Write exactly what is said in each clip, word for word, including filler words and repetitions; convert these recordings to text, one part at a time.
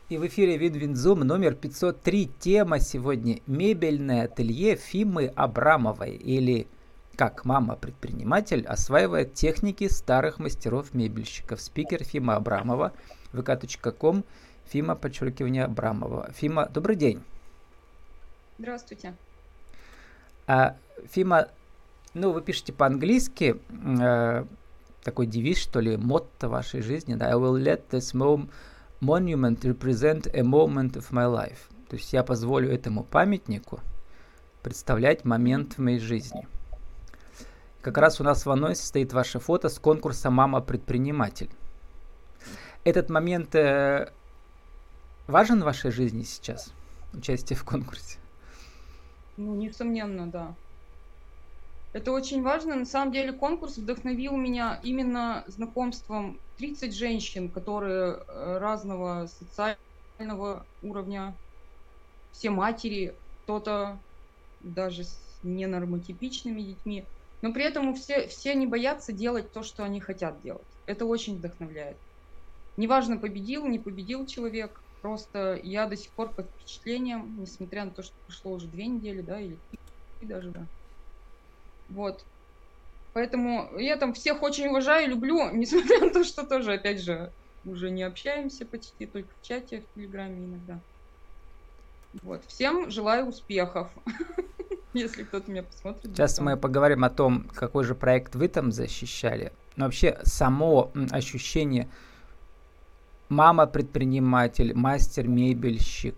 И в эфире Винвинзум номер пятьсот три. Тема сегодня «Мебельное ателье Фимы Абрамовой» или «Как мама-предприниматель осваивает техники старых мастеров-мебельщиков». Спикер Фима Абрамова, вэ ка точка ком, Фима, подчеркивание, Абрамова. Фима, добрый день. Здравствуйте. А, Фима, ну вы пишете по-английски, э, такой девиз, что ли, мотто вашей жизни, да, I will let this moment Monument represent a moment of my life. То есть я позволю этому памятнику представлять момент в моей жизни. Как раз у нас в анонсе стоит ваше фото с конкурса «Мама-предприниматель». Этот момент э, важен в вашей жизни сейчас? Участие в конкурсе? Ну, несомненно, да. Это очень важно. На самом деле конкурс вдохновил меня именно знакомством тридцать женщин, которые разного социального уровня, все матери, кто-то даже с ненормотипичными детьми, но при этом все, все не боятся делать то, что они хотят делать. Это очень вдохновляет. Неважно, победил, не победил человек, просто я до сих пор под впечатлением, несмотря на то, что прошло уже две недели, да, или три даже, да. Вот. Поэтому я там всех очень уважаю, люблю, несмотря на то, что тоже, опять же, уже не общаемся почти, только в чате, в Телеграме иногда. Вот. Всем желаю успехов, если кто-то меня посмотрит. Сейчас мы поговорим о том, какой же проект вы там защищали. Но вообще само ощущение мама-предприниматель, мастер-мебельщик,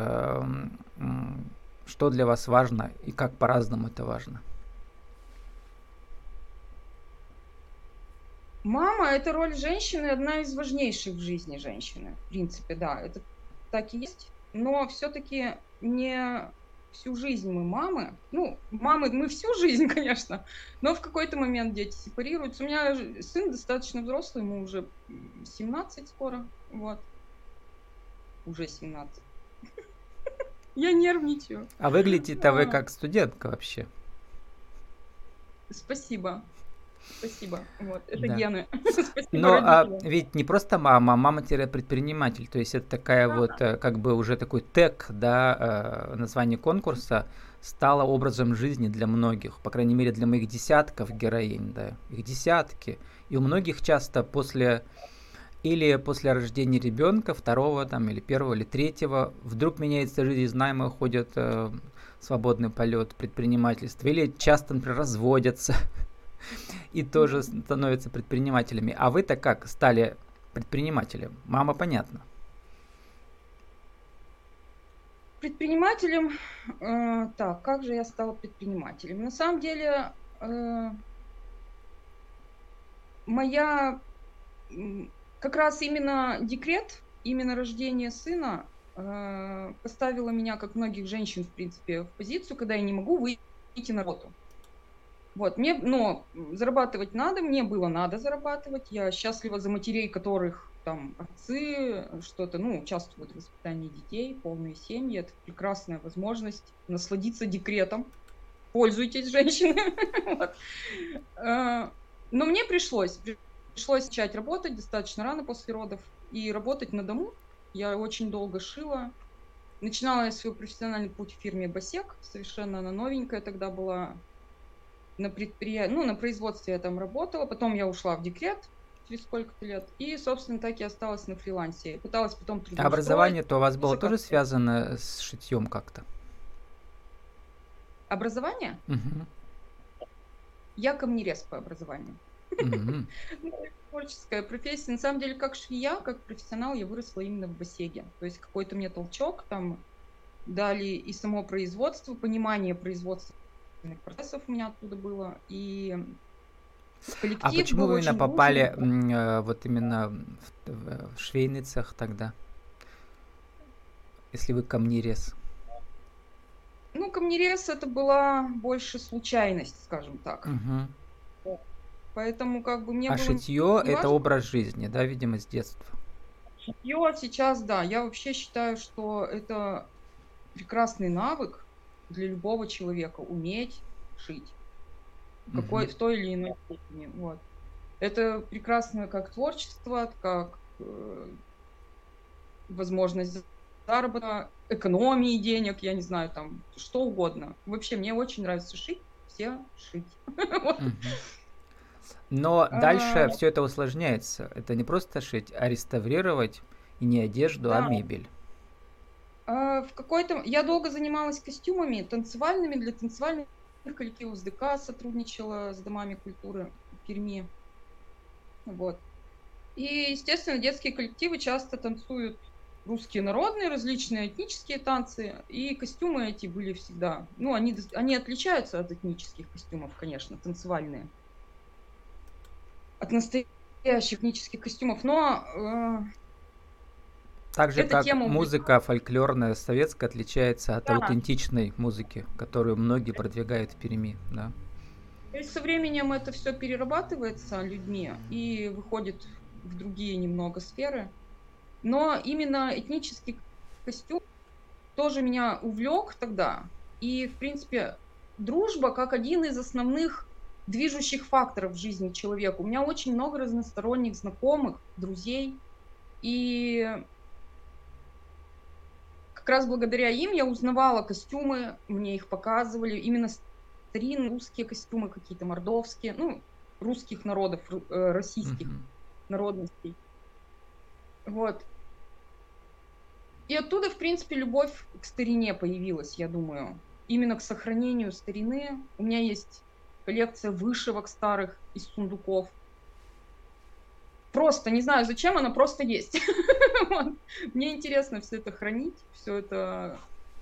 что для вас важно и как по-разному это важно? Мама – это роль женщины, одна из важнейших в жизни женщины. В принципе, да, это так и есть. Но все-таки не всю жизнь мы мамы. Ну, мамы мы всю жизнь, конечно, но в какой-то момент дети сепарируются. У меня сын достаточно взрослый, ему уже семнадцать скоро, вот. Уже семнадцать. Я нервничаю. А выглядите-то вы как студентка вообще. Спасибо. Спасибо. Вот, это да. гены. Но а, ведь не просто мама, а мама-предприниматель. То есть это такая да, вот, да. как бы уже такой тег, да, название конкурса стало образом жизни для многих. По крайней мере, для моих десятков героинь, да. Их десятки. И у многих часто после или после рождения ребенка, второго там, или первого, или третьего, вдруг меняется жизнь, знаем, и уходят э, в свободный полет предпринимательства. Или часто, например, разводятся. И тоже становятся предпринимателями. А вы-то как стали предпринимателем? Мама, понятно. Предпринимателем? Э, так, как же я стала предпринимателем? На самом деле, э, моя как раз именно декрет, именно рождение сына э, поставило меня, как многих женщин, в принципе, в позицию, когда я не могу выйти на работу. Вот, мне, но зарабатывать надо, мне было надо зарабатывать. Я счастлива за матерей, которых там отцы что-то, ну, участвуют в воспитании детей, полные семьи. Это прекрасная возможность насладиться декретом. Пользуйтесь, женщины. Но мне пришлось, пришлось начать работать достаточно рано после родов и работать на дому. Я очень долго шила. Начинала я свой профессиональный путь в фирме Басек, совершенно она новенькая тогда была. На предприятии, ну, на производстве я там работала, потом я ушла в декрет через сколько-то лет, и, собственно, так и осталась на фрилансе. Пыталась потом трудоустроить. А образование-то у вас было тоже связано с шитьем как-то? Образование? Угу. Я камнерез по образованию. Угу. Творческая профессия. На самом деле, как швея, как профессионал, я выросла именно в Басеге. То есть какой-то мне толчок там дали и само производство, понимание производства процессов у меня оттуда было, и коллектив. А почему вы именно попали э, вот именно в, в швейный цех тогда, если вы камнерез? Ну, камнерез это была больше случайность, скажем так. Угу. Поэтому как бы мне а было шитье это образ жизни, да, видимо, с детства? Шитье сейчас, да, я вообще считаю, что это прекрасный навык для любого человека, уметь шить в, какой, uh-huh. в той или иной степени. Вот. Это прекрасно как творчество, как э, возможность заработка, экономии денег, я не знаю, там, что угодно. Вообще, мне очень нравится шить, все шить. Вот. Мгм. Но А, дальше все это усложняется. Это не просто шить, а реставрировать и не одежду, а Да, мебель. а, в какой-то... Я долго занималась костюмами танцевальными, для танцевальных коллективов с ДК сотрудничала, с домами культуры в Перми. Вот. И, естественно, детские коллективы часто танцуют русские народные, различные этнические танцы, и костюмы эти были всегда, ну, они, дос- они отличаются от этнических костюмов, конечно, танцевальные, от настоящих этнических костюмов, но э, Так же, эта как тема увлекла. музыка фольклорная советская отличается от Да. аутентичной музыки, которую многие продвигают в Перми, да. То есть со временем это все перерабатывается людьми и выходит в другие немного сферы, но именно этнический костюм тоже меня увлек тогда. И, в принципе, дружба как один из основных движущих факторов в жизни человека. У меня очень много разносторонних знакомых, друзей. И как раз благодаря им я узнавала костюмы, мне их показывали. Именно старинные русские костюмы какие-то, мордовские, ну, русских народов, ру- э, российских Мгм. народностей. Вот. И оттуда, в принципе, любовь к старине появилась, я думаю. Именно к сохранению старины. У меня есть коллекция вышивок старых из сундуков. Просто не знаю зачем, она просто есть. Вот. Мне интересно все это хранить, все это...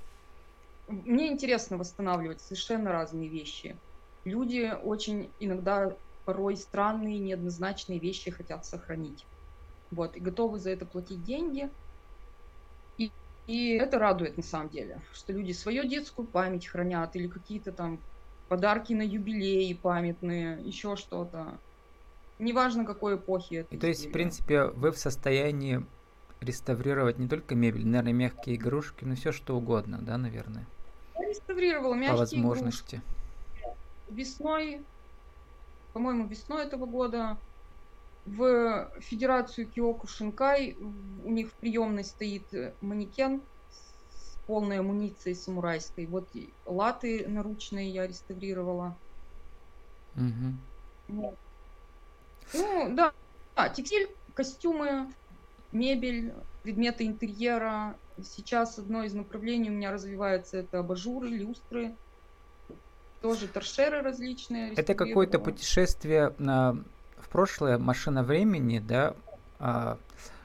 Мне интересно восстанавливать совершенно разные вещи. Люди очень иногда порой странные, неоднозначные вещи хотят сохранить. Вот, и готовы за это платить деньги. И, и это радует на самом деле, что люди свою детскую память хранят или какие-то там подарки на юбилеи памятные, еще что-то. Неважно, какой эпохи И это то есть, в изделие. принципе, вы в состоянии реставрировать не только мебель, наверное, мягкие игрушки, но все что угодно, да, наверное, Я реставрировала по мягкие игрушки. возможности. Весной, по-моему, весной этого года в Федерацию Киокушинкай у них в приемной стоит э, манекен с полной амуницией самурайской. Вот и латы наручные я реставрировала. Мгм. Вот. Ну, да, да, текстиль, костюмы, мебель, предметы интерьера. Сейчас одно из направлений у меня развивается — это абажуры, люстры, тоже торшеры различные Это какое-то реставрировала. путешествие на- в прошлое, машина времени, да. А,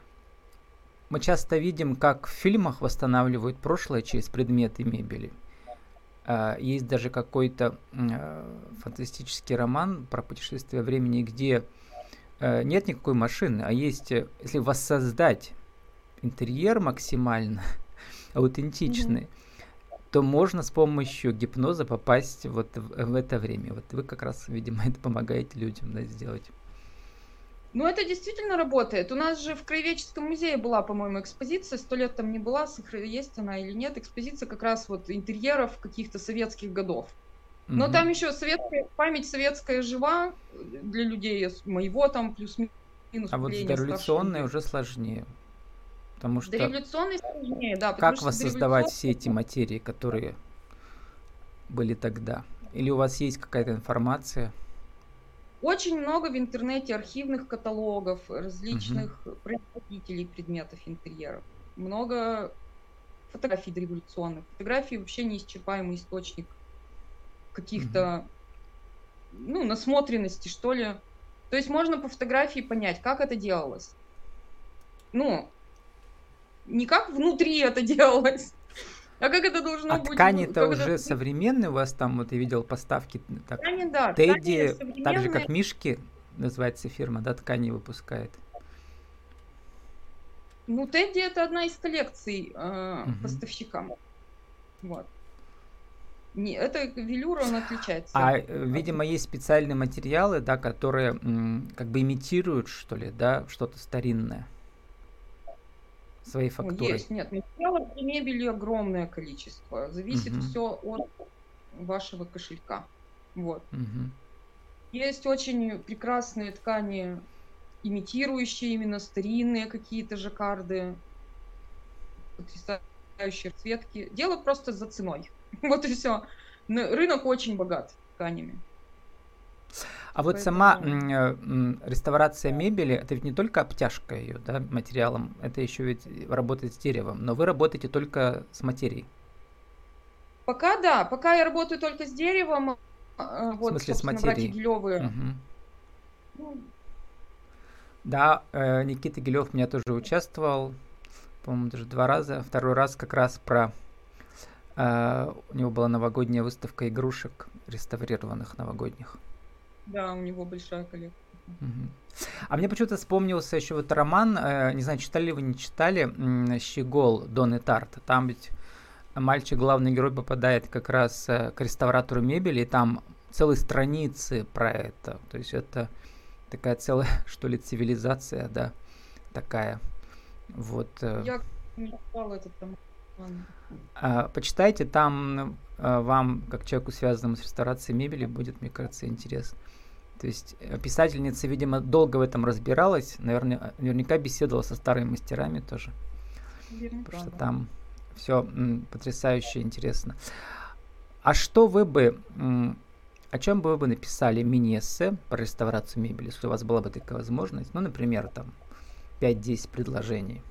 Мы часто видим, как в фильмах восстанавливают прошлое через предметы мебели. А, Есть даже какой-то м, э, фантастический роман про путешествие времени, где э, нет никакой машины, а есть, э, если воссоздать интерьер максимально Мгм. аутентичный, то можно с помощью гипноза попасть вот в, в это время. Вот вы как раз, видимо, это помогаете людям, да, сделать. Ну, это действительно работает. У нас же в Краеведческом музее была, по-моему, экспозиция, сто лет там не была, сохра- есть она или нет, экспозиция как раз вот интерьеров каких-то советских годов. Но Мгм. там еще советская, память советская жива э, для людей с моего там плюс-минус А вот с поколения, старше дореволюционной людей. уже сложнее, потому С что дореволюционной сложнее, да, потому как что воссоздавать дореволюционная все эти материи, которые были тогда? Или у вас есть какая-то информация? очень много в интернете архивных каталогов Мгм. различных производителей предметов интерьеров. Много фотографий дореволюционных. Фотографии вообще неисчерпаемый источник Мгм. каких-то, ну, насмотренности, что ли. То есть можно по фотографии понять, как это делалось. Ну, не как внутри это делалось, а как это А должно быть, вы- ткани-то как это уже должно быть. современные у вас там, вот я видел поставки, так, Ткани, да, ткани Тедди, так же современные. как Мишки, называется фирма, да, ткани выпускает. Ну, Тедди это одна из коллекций э, Мгм. поставщика. Вот. Не, это велюр, он отличается А, э, от... видимо, есть специальные материалы, да, которые м, как бы имитируют, что ли, да, что-то старинное своей Ну, фактурой. есть, нет, материалов для мебели огромное количество. Зависит Мгм. все от вашего кошелька. Вот. Мгм. Есть очень прекрасные ткани, имитирующие именно старинные какие-то жаккарды. потрясающие расцветки. Дело просто за ценой. Вот и все. Рынок очень богат тканями. А вот Поэтому- сама м, э, м, реставрация мебели, это ведь не только обтяжка ее, да, материалом, это еще ведь работает с деревом, но вы работаете только с материей. Пока да, пока я работаю только с деревом. э, В Вот, смысле, с собственно, братья материей. Гилевы. Мгм. Ну, Да, э, Никита Гилев у меня тоже участвовал, по-моему, даже два раза. Второй раз как раз про... э, у него была новогодняя выставка игрушек, реставрированных новогодних. да, у него большая коллекция. Мгм. А мне почему-то вспомнился еще вот роман, э, не знаю, читали ли вы, не читали, м, «Щегол» Донны Тарт. Там ведь мальчик, главный герой, попадает как раз э, к реставратору мебели, и там целые страницы про это. То есть это такая целая, что ли, цивилизация, да, такая. Вот. э, Я не читала этот роман. а, Почитайте, там э, вам, как человеку, связанному с реставрацией мебели, будет, мне кажется, интересно. То есть э, писательница, видимо, долго в этом разбиралась, наверное, наверняка беседовала со старыми мастерами тоже, Наверное, потому что правда. там все потрясающе интересно. А что вы бы, м, о чем бы вы бы написали мини-эссе про реставрацию мебели, если у вас была бы такая возможность? Ну, например, там пять-десять предложений.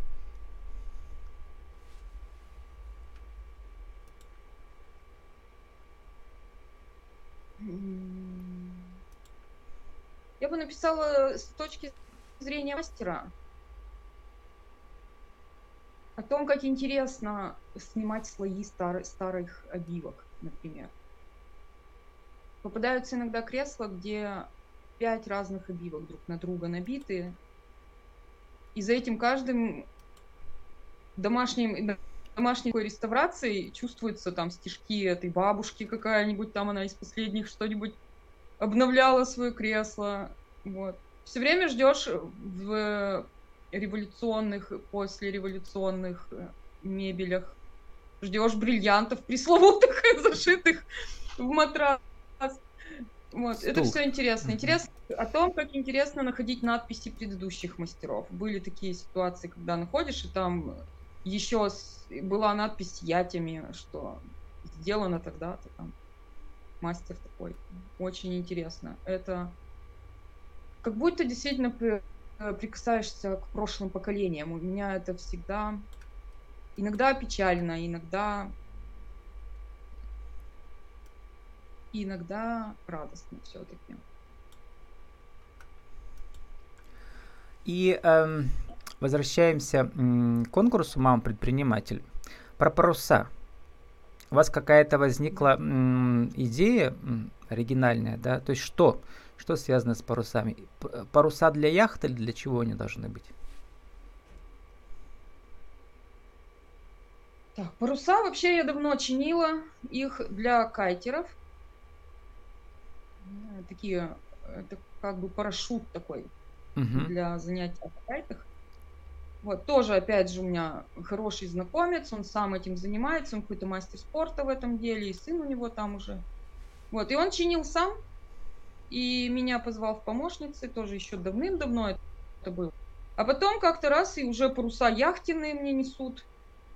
М, Я бы написала с точки зрения мастера о том, как интересно снимать слои стар- старых обивок, например. Попадаются иногда кресла, где пять разных обивок друг на друга набиты, и за этим каждым домашним, домашней такой реставрацией чувствуются там стишки этой бабушки какая-нибудь, там она из последних что-нибудь обновляла свое кресло. Вот. Все время ждешь в революционных, послереволюционных э, мебелях, ждешь бриллиантов пресловутых, зашитых в матрас. Вот. Это Стул. все интересно. Мгм. Интересно о том, как интересно находить надписи предыдущих мастеров. Были такие ситуации, когда находишь, и там еще с- была надпись ятями, что сделано тогда-то там. Мастер такой. Очень интересно. Это как будто действительно при- э, прикасаешься к прошлым поколениям. У меня это всегда иногда печально, иногда иногда радостно все-таки. И эм, возвращаемся м, к конкурсу «Мама предприниматель». Про паруса. У вас какая-то возникла м, идея м, оригинальная, да? То есть что? Что связано с парусами? П- Паруса для яхт или для чего они должны быть? Так, паруса вообще я давно чинила. Их для кайтеров. Э, Такие, это как бы парашют такой Мгм. для занятий на кайтах. Вот, тоже, опять же, у меня хороший знакомец, он сам этим занимается, он какой-то мастер спорта в этом деле, и сын у него там уже. Вот, и он чинил сам, и меня позвал в помощницы, тоже еще давным-давно это было. А потом как-то раз и уже паруса яхтенные мне несут.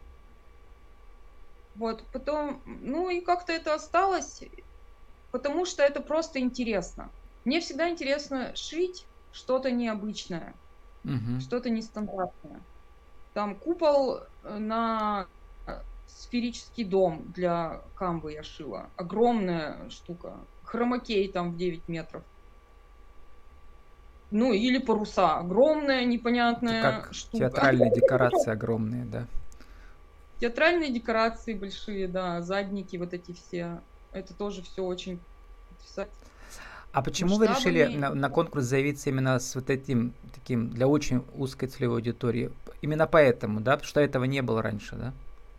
Вот, потом, ну и как-то это осталось, потому что это просто интересно. Мне всегда интересно шить что-то необычное, Мгм. что-то нестандартное. Там купол э, на э, сферический дом для камбы я шила. Огромная штука. Хромакей там в девять метров. Ну, или паруса. Огромная, Это непонятная как штука. театральные декорации огромные, да? Театральные декорации большие, да, задники вот эти все. Это тоже все очень потрясающе. А почему вы решили Масштабами. на, на конкурс заявиться именно с вот этим таким для очень узкой целевой аудитории? Именно поэтому, да? Потому что этого не было раньше, да?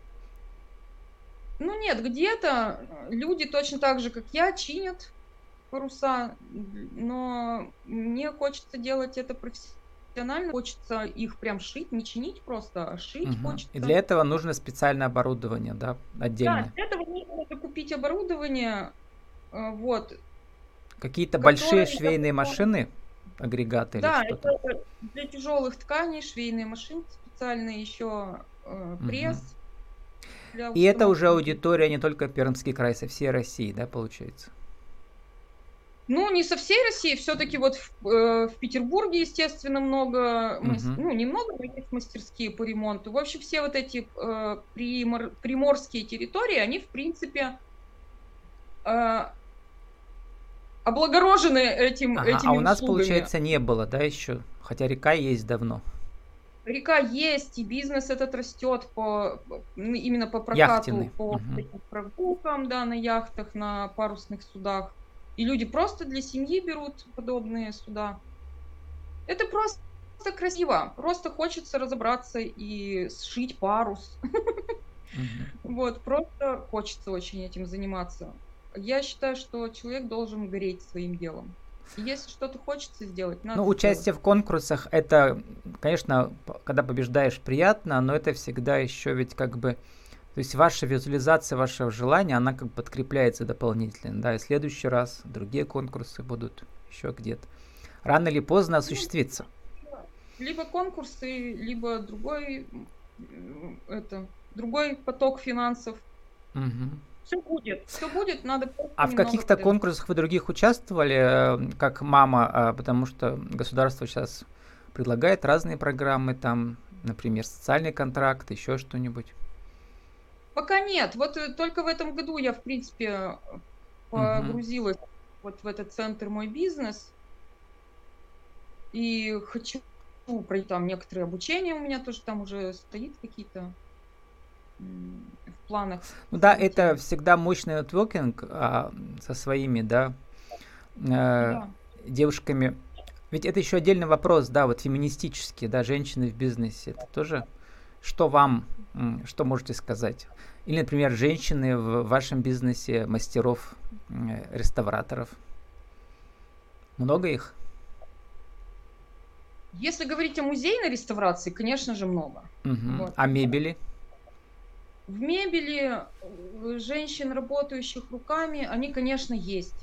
Ну нет, где-то люди точно так же, как я, чинят паруса, но мне хочется делать это профессионально, хочется их прям шить, не чинить просто, а шить Мгм. И хочется. для этого нужно специальное оборудование, да, Да, отдельное. для этого нужно купить оборудование, э, вот, Какие-то большие которое, швейные машины, агрегаты или да, что-то? это для тяжелых тканей, швейные машинки специальные еще, э, Мгм. пресс для И это уже установки. аудитория не только Пермский край, со всей России, да, получается? Ну, не со всей России, все-таки вот в, э, в Петербурге, естественно, много, мас- Мгм. ну, немного, но есть мастерские по ремонту. В общем, все вот эти э, примор- приморские территории, они, в принципе, э, облагорожены этим, Ага, а этими у нас, услугами. получается, не было, да, еще? Хотя река есть давно. Река есть, и бизнес этот растет по, м, именно по Яхтенный. прокату, по Мгм. таким прогулкам, да, на яхтах, на парусных судах. И люди просто для семьи берут подобные суда. Это просто красиво. Просто хочется разобраться и сшить парус. Мгм. Вот, просто хочется очень этим заниматься. Я считаю, что человек должен гореть своим делом. И если что-то хочется сделать, Ну, надо сделать. участие в конкурсах, это, конечно, п- когда побеждаешь, приятно, но это всегда еще ведь как бы... То есть ваша визуализация вашего желания, она как бы подкрепляется дополнительно, да, и в следующий раз другие конкурсы будут еще где-то. Рано или поздно Ну, осуществится. да. Либо конкурсы, либо другой, м, это, другой поток финансов. Мгм. Все будет. Все будет, надо просто А в немного каких-то подождать. конкурсах вы других участвовали, э, как мама, а, потому что государство сейчас предлагает разные программы, там, например, социальный контракт, еще что-нибудь. Пока нет. Вот э, только в этом году я, в принципе, Мгм. погрузилась вот в этот центр «Мой бизнес» и хочу пройти там некоторые обучения, у меня тоже там уже стоит какие-то м, в планах Ну да, это события. всегда мощный нетворкинг а, со своими, да, э, Да. девушками. Ведь это еще отдельный вопрос, да, вот феминистический, да, женщины в бизнесе. Это тоже, что вам, м, что можете сказать? Или, например, женщины в вашем бизнесе, мастеров, м, э, реставраторов. Много их? Если говорить о музейной реставрации, конечно же, много. Мгм. Вот. А мебели? В мебели э, женщин, работающих руками, они, конечно, есть.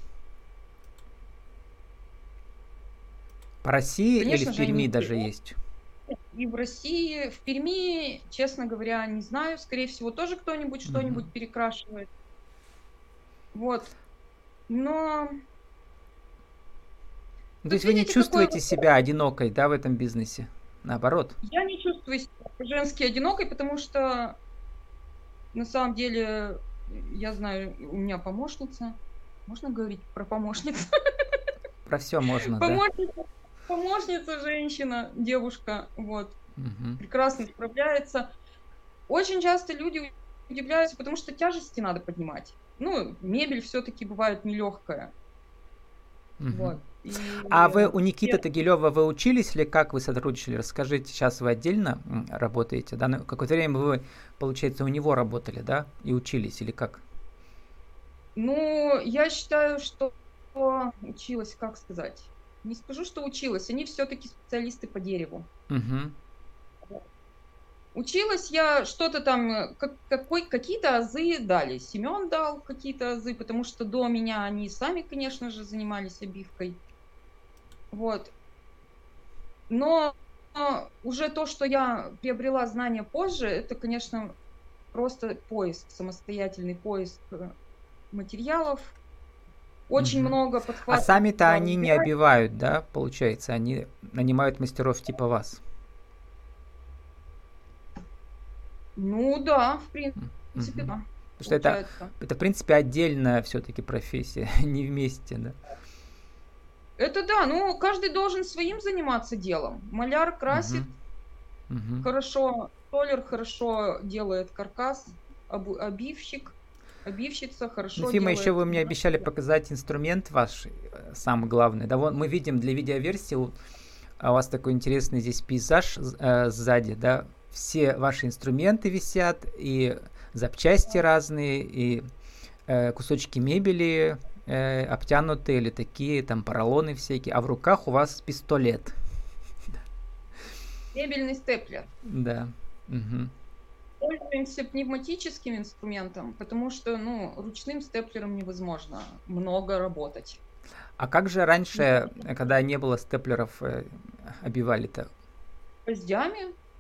По России или Конечно в же, они Перми есть. даже есть? И в России, в Перми, честно говоря, не знаю. Скорее всего, тоже кто-нибудь Мгм. что-нибудь перекрашивает. Вот. Но Ну, то есть тут вы не видите, какой чувствуете вопрос. себя одинокой, да, в этом бизнесе? Наоборот. Я не чувствую себя по-женски одинокой, потому что на самом деле я знаю, у меня помощница. Можно говорить про помощницу? Про все можно, да? Помощница, помощница женщина, девушка, вот, Мгм. прекрасно справляется. Очень часто люди удивляются, потому что тяжести надо поднимать. Ну, мебель все-таки бывает нелегкая. Мгм. Вот. И А вы э, у Никиты все- Тагилева вы учились или как вы сотрудничали? Расскажите, сейчас вы отдельно м, работаете, да? Ну, какое-то время вы, получается, у него работали, да? И учились, или как? ну, я считаю, что училась, как сказать, не скажу, что училась, они все-таки специалисты по дереву. Мгм. Училась я что-то там, э, как, какой, какие-то азы дали. Семен дал какие-то азы, потому что до меня они сами, конечно же, занимались обивкой. Вот. Но а, уже то, что я приобрела знания позже, это, конечно, просто поиск, самостоятельный поиск э, материалов. Очень Мгм. много А подхватывать, сами-то да, они не разбирать. обивают, да, получается? Они нанимают мастеров типа вас. Ну да, в М, принципе, мгм. да, Потому что это, получается. это, в принципе, отдельная все-таки профессия, не вместе, да? Это да, ну каждый должен своим заниматься делом. Маляр красит Мгм. Мгм. хорошо, столер хорошо делает каркас, обу- обивщик, обивщица Ну, хорошо Фима, еще делает. вы мне обещали показать инструмент ваш, э, самый главный. Да, вот мы видим для видеоверсии, у а у вас такой интересный здесь пейзаж з- э, сзади, да. Все ваши инструменты висят, и запчасти разные, и э, кусочки мебели э, обтянутые, или такие, там, поролоны всякие. А в руках у вас пистолет. Мебельный степлер. Да. Мгм. Пользуемся пневматическим инструментом, потому что, ну, ручным степлером невозможно много работать. А как же раньше, э, когда не было степлеров, э, обивали-то? Гвоздями,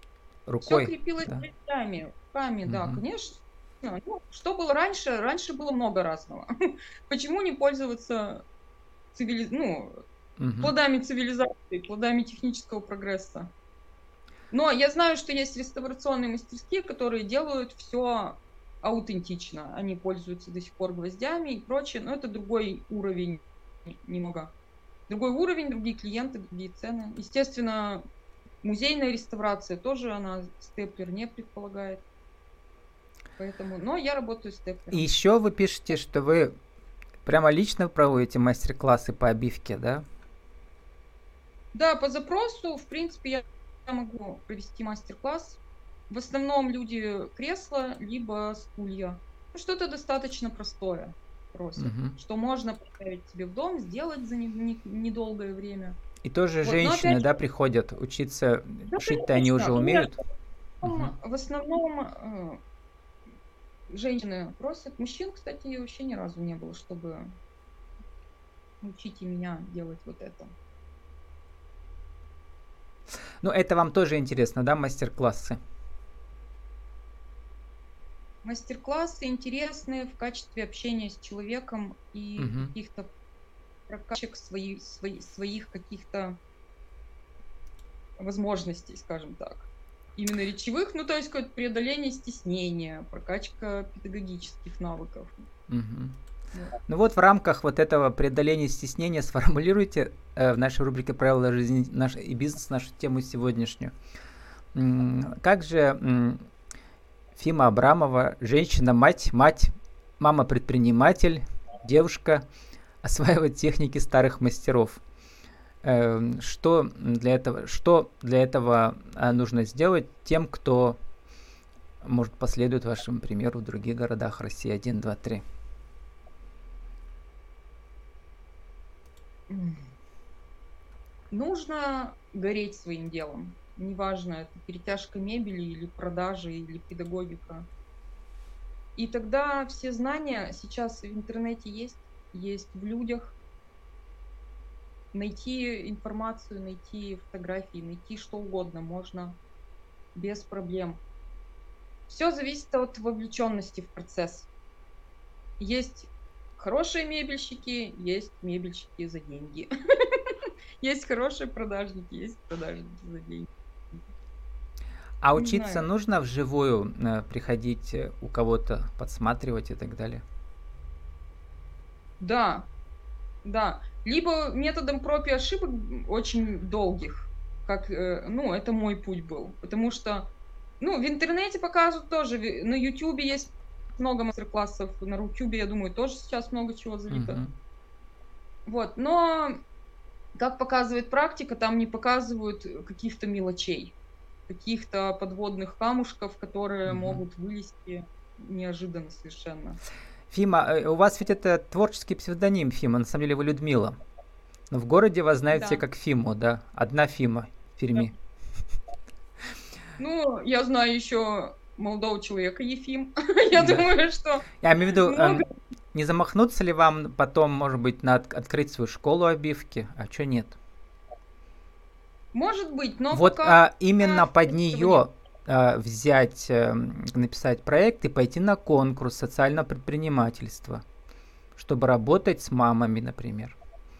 Все рукой, крепилось да? гвоздями, руками, да, Мгм. конечно. Ну, что было раньше? Раньше было много разного. Почему не пользоваться цивили... ну, Мгм. плодами цивилизации, плодами технического прогресса? Но я знаю, что есть реставрационные мастерские, которые делают все аутентично. Они пользуются до сих пор гвоздями и прочее, но это другой уровень немного. Другой уровень, другие клиенты, другие цены. Естественно, музейная реставрация тоже она степлер не предполагает. Поэтому, но я работаю с И степлером. еще вы пишете, что вы прямо лично проводите мастер-классы по обивке, да? Да, по запросу, в принципе, я я могу провести мастер-класс. В основном люди кресла, либо стулья. Ну, что-то достаточно простое просят, Мгм. что можно поставить себе в дом, сделать за не- не- недолгое время. И тоже Вот, но опять женщины, же, да, приходят учиться, да, шить-то они уже конечно, нет, умеют? Мгм. в основном э, женщины просят. Мужчин, кстати, вообще ни разу не было, чтобы учите меня делать вот это. Ну, это вам тоже интересно, да, мастер-классы? Мастер-классы интересные в качестве общения с человеком и Мгм. каких-то прокачек свои, свои, своих каких-то возможностей, скажем так. Именно речевых, ну, то есть какое-то преодоление стеснения, прокачка педагогических навыков. Мгм. Вот. Ну вот в рамках вот этого преодоления стеснения сформулируйте э, в нашей рубрике «Правила жизни наш, и бизнес» нашу тему сегодняшнюю. М, Как же м, Фима Абрамова, женщина, мать, мать, мама-предприниматель, девушка, осваивает техники старых мастеров? Эм, Что для этого, что для этого а, нужно сделать тем, кто, может, последует вашему примеру в других городах России? Один, два, три. Нужно гореть своим делом. Неважно, это перетяжка мебели или продажи, или педагогика. И тогда все знания сейчас в интернете есть, есть в людях. Найти информацию, найти фотографии, найти что угодно можно без проблем. Все зависит от вовлеченности в процесс. Есть хорошие мебельщики, есть мебельщики за деньги. Есть хорошие продажники, есть продажники за деньги. А Не учиться знаю. нужно вживую э, приходить э, у кого-то, подсматривать и так далее? Да, да. Либо методом проб и ошибок очень долгих, как, э, ну, это мой путь был. Потому что, ну, в интернете показывают тоже, ви- на Ютубе есть много мастер-классов, на Рутюбе, я думаю, тоже сейчас много чего залито. Мгм. Вот, но, как показывает практика, там не показывают каких-то мелочей, каких-то подводных камушков, которые Мгм. могут вылезти неожиданно совершенно. Фима, э, у вас ведь это творческий псевдоним Фима, на самом деле вы Людмила. Но в городе вас знают все Да. как Фиму, да? Одна Фима в Перми. Ну, я знаю еще молодого человека, Ефим. Я Да. думаю, что Я имею в виду, много. эм, не замахнуться ли вам потом, может быть, на от- открыть свою школу обивки? А чё нет? Может быть, но Вот пока а, именно под этого нет. нее а, взять, эм, написать проект и пойти на конкурс социального предпринимательства, чтобы работать с мамами, например.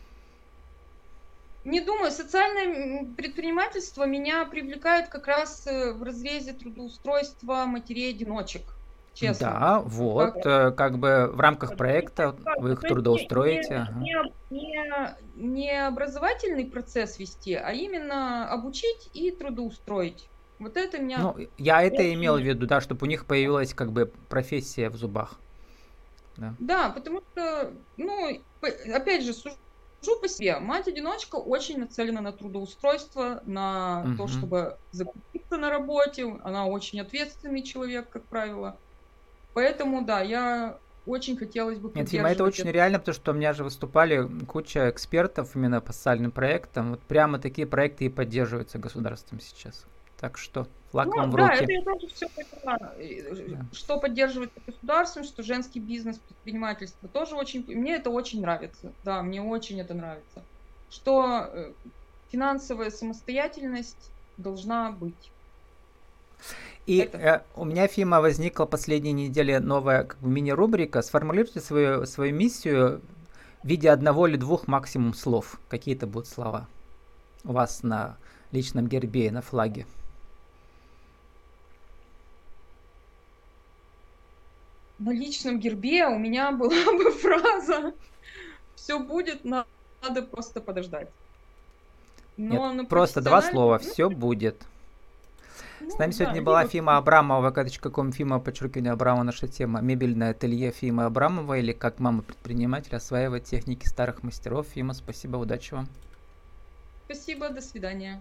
Не думаю, социальное м, предпринимательство меня привлекает как раз э, в разрезе трудоустройства матерей-одиночек, честно. Да, Как вот, э, как бы в рамках проекта вы их то есть не, не, трудоустроите. Ага. не, не- не образовательный процесс вести, а именно обучить и трудоустроить. Вот это меня Ну, я это имел в очень. виду, да, чтобы у них появилась как бы профессия в зубах. Да. Да, потому что, ну, п- опять же, сужу по себе. Мать-одиночка очень нацелена на трудоустройство, на то, Мгм. чтобы закрепиться на работе. Она очень ответственный человек, как правило. Поэтому, да, я очень хотелось бы Нет, Фима, это поддерживать очень это. реально, потому что у меня же выступали куча экспертов именно по социальным проектам. Вот прямо такие проекты и поддерживаются государством сейчас. Так что Ну, флаг вам в да, это руки. я тоже все поняла. И, Да. Что поддерживается государством, что женский бизнес, предпринимательство тоже очень. Мне это очень нравится. Да, мне очень это нравится. Что э, финансовая самостоятельность должна быть. И Это э, у меня, Фима, возникла последней неделе новая как бы, мини-рубрика. Сформулируйте свою, свою миссию в виде одного или двух максимум слов. Какие-то будут слова у вас на личном гербе и на флаге. на личном гербе у меня была бы фраза «Все будет, на- надо просто подождать». Нет, Но на просто два слова. профессиональном, ну, Все будет. С нами ну да, сегодня была либо Фима Абрамова, вэ ка точка ком, Фима, подчеркивание Абрамова, наша тема «Мебельное ателье» Фимы Абрамовой, или «Как мама предпринимателя осваивает техники старых мастеров». Фима, спасибо, удачи вам. спасибо, до свидания.